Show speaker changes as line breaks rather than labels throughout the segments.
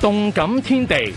動感天地。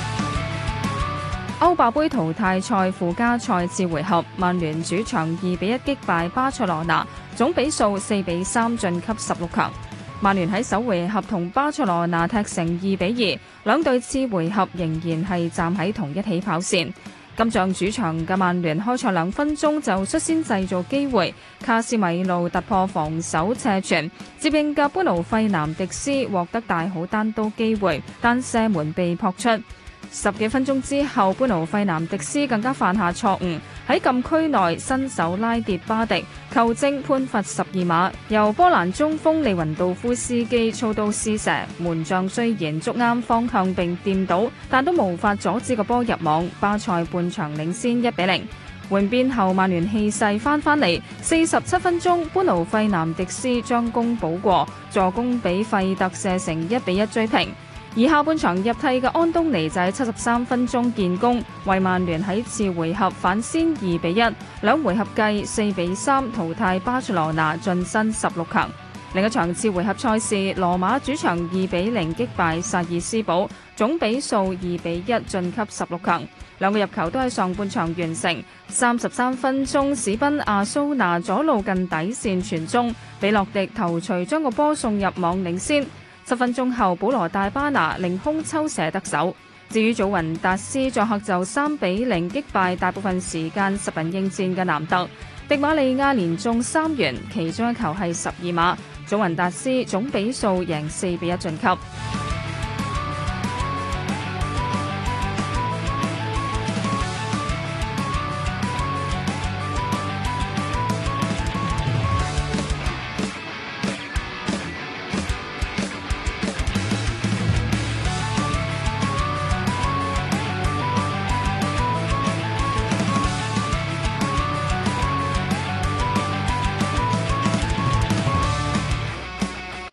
歐霸盃淘汰賽附加賽次回合，曼聯主場2-1擊敗巴塞羅那，總比數4-3晉級16強。曼聯喺首回合同巴塞羅那踢成2-2，兩隊次回合仍然係站喺同一起跑線。今仗主場嘅曼聯開賽2分鐘就率先製造機會，卡斯米路突破防守斜傳，接應嘅般奴費南迪斯獲得大好單刀機會，但射門被撲出。10幾分鐘之後，般奴費南迪斯更加犯下錯誤，喺禁區內伸手拉跌巴迪，球證判罰12碼，由波蘭中鋒利雲道夫斯基操刀施射，門將雖然捉啱方向並掂到，但都無法阻止個波入網。巴塞半場領先1-0。換邊後，曼聯氣勢翻嚟，47分鐘，般奴費南迪斯將功補過，助攻俾費特射成1-1追平。而下半場入替嘅安東尼就喺73分鐘建功，為曼聯喺次回合反先2-1，兩回合計4-3淘汰巴塞羅那，晉身16強。另一場次回合賽事，羅馬主場2-0擊敗薩爾斯堡，總比數2-1晉級16強。兩個入球都喺上半場完成。33分鐘，史賓亞蘇拿左路近底線傳中，比洛迪頭槌將個波送入網領先。7分鐘後，保羅大巴拿凌空抽射得手。至於祖雲達斯作客就3-0擊敗大部分時間10人應戰嘅南特，迪馬利亞連中3元，其中一球係12碼。祖雲達斯總比數贏4-1晉級。